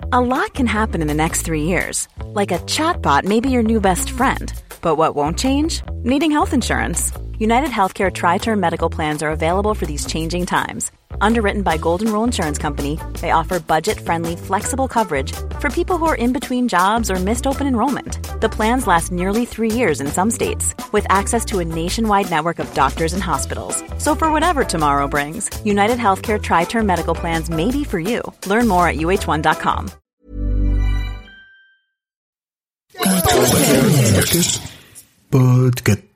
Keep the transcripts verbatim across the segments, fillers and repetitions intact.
A lot can happen in the next three years. Like a chatbot may be your new best friend. But what won't change? Needing health insurance. United Healthcare Tri-Term Medical Plans are available for these changing times. Underwritten by Golden Rule Insurance Company, they offer budget-friendly, flexible coverage for people who are in between jobs or missed open enrollment. The plans last nearly three years in some states, with access to a nationwide network of doctors and hospitals. So for whatever tomorrow brings, United Healthcare Tri-Term Medical Plans may be for you. Learn more at U H one dot com. Podcast.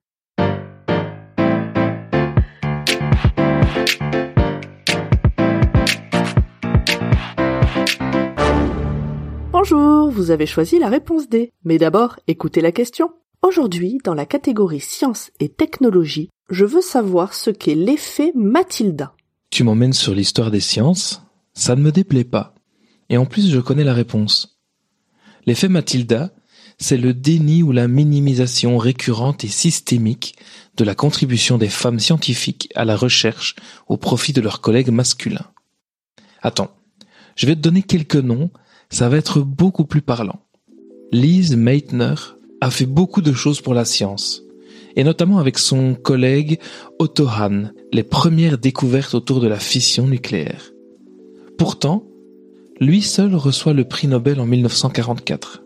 Bonjour, vous avez choisi la réponse D. Mais d'abord, écoutez la question. Aujourd'hui, dans la catégorie sciences et technologie, je veux savoir ce qu'est l'effet Matilda. Tu m'emmènes sur l'histoire des sciences ? Ça ne me déplaît pas. Et en plus, je connais la réponse. L'effet Matilda, c'est le déni ou la minimisation récurrente et systémique de la contribution des femmes scientifiques à la recherche au profit de leurs collègues masculins. Attends, je vais te donner quelques noms, ça va être beaucoup plus parlant. Lise Meitner a fait beaucoup de choses pour la science, et notamment avec son collègue Otto Hahn, les premières découvertes autour de la fission nucléaire. Pourtant, lui seul reçoit le prix Nobel en dix-neuf cent quarante-quatre.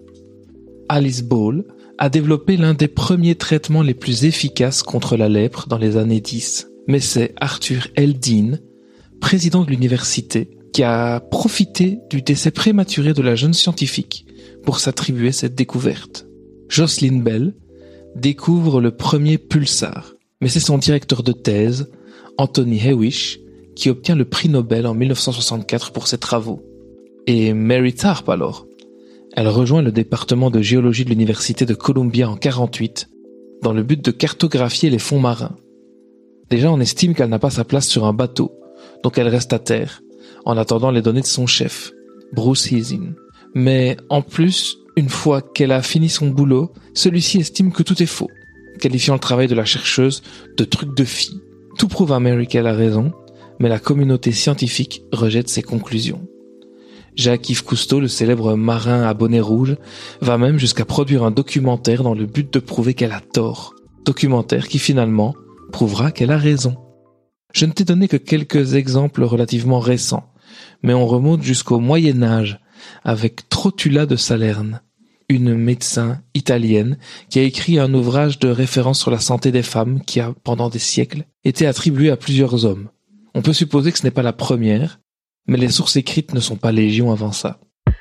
Alice Ball a développé l'un des premiers traitements les plus efficaces contre la lèpre dans les années dix. Mais c'est Arthur L. Dean, président de l'université, qui a profité du décès prématuré de la jeune scientifique pour s'attribuer cette découverte. Jocelyn Bell découvre le premier pulsar, mais c'est son directeur de thèse, Anthony Hewish, qui obtient le prix Nobel en dix-neuf cent soixante-quatre pour ses travaux. Et Mary Tharp alors ? Elle rejoint le département de géologie de l'université de Columbia en quarante-huit, dans le but de cartographier les fonds marins. Déjà, on estime qu'elle n'a pas sa place sur un bateau, donc elle reste à terre, en attendant les données de son chef, Bruce Heesin. Mais en plus, une fois qu'elle a fini son boulot, celui-ci estime que tout est faux, qualifiant le travail de la chercheuse de truc de fille. Tout prouve à Mary qu'elle a raison, mais la communauté scientifique rejette ses conclusions. Jacques-Yves Cousteau, le célèbre marin à bonnet rouge, va même jusqu'à produire un documentaire dans le but de prouver qu'elle a tort. Documentaire qui finalement prouvera qu'elle a raison. Je ne t'ai donné que quelques exemples relativement récents, mais on remonte jusqu'au Moyen-Âge avec Trotula de Salerne, une médecin italienne qui a écrit un ouvrage de référence sur la santé des femmes qui a, pendant des siècles, été attribué à plusieurs hommes. On peut supposer que ce n'est pas la première, mais les sources écrites ne sont pas légion avant ça.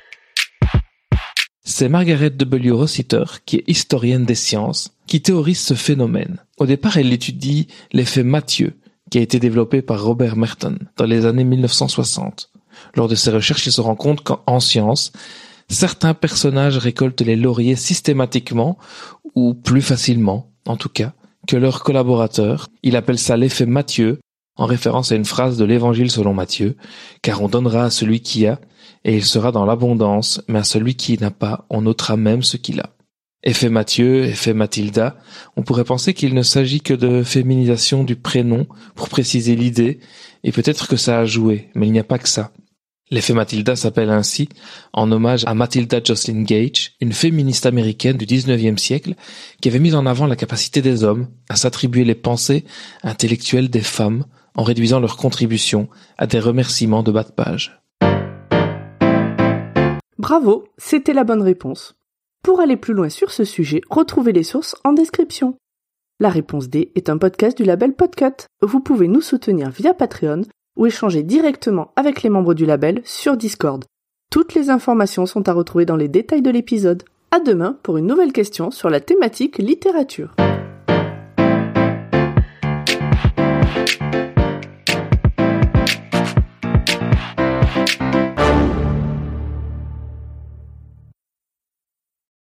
C'est Margaret W. Rossiter, qui est historienne des sciences, qui théorise ce phénomène. Au départ, elle étudie l'effet Mathieu, qui a été développé par Robert Merton dans les années mille neuf cent soixante. Lors de ses recherches, il se rend compte qu'en science, certains personnages récoltent les lauriers systématiquement, ou plus facilement, en tout cas, que leurs collaborateurs. Il appelle ça l'effet Mathieu, en référence à une phrase de l'Évangile selon Matthieu, car on donnera à celui qui a, et il sera dans l'abondance, mais à celui qui n'a pas, on ôtera même ce qu'il a. Effet Mathieu, effet Matilda, on pourrait penser qu'il ne s'agit que de féminisation du prénom pour préciser l'idée, et peut-être que ça a joué, mais il n'y a pas que ça. L'effet Matilda s'appelle ainsi en hommage à Matilda Joslyn Gage, une féministe américaine du dix-neuvième siècle qui avait mis en avant la capacité des hommes à s'attribuer les pensées intellectuelles des femmes en réduisant leur contribution à des remerciements de bas de page. Bravo, c'était la bonne réponse. Pour aller plus loin sur ce sujet, retrouvez les sources en description. La réponse D est un podcast du label Podcut. Vous pouvez nous soutenir via Patreon ou échanger directement avec les membres du label sur Discord. Toutes les informations sont à retrouver dans les détails de l'épisode. À demain pour une nouvelle question sur la thématique littérature.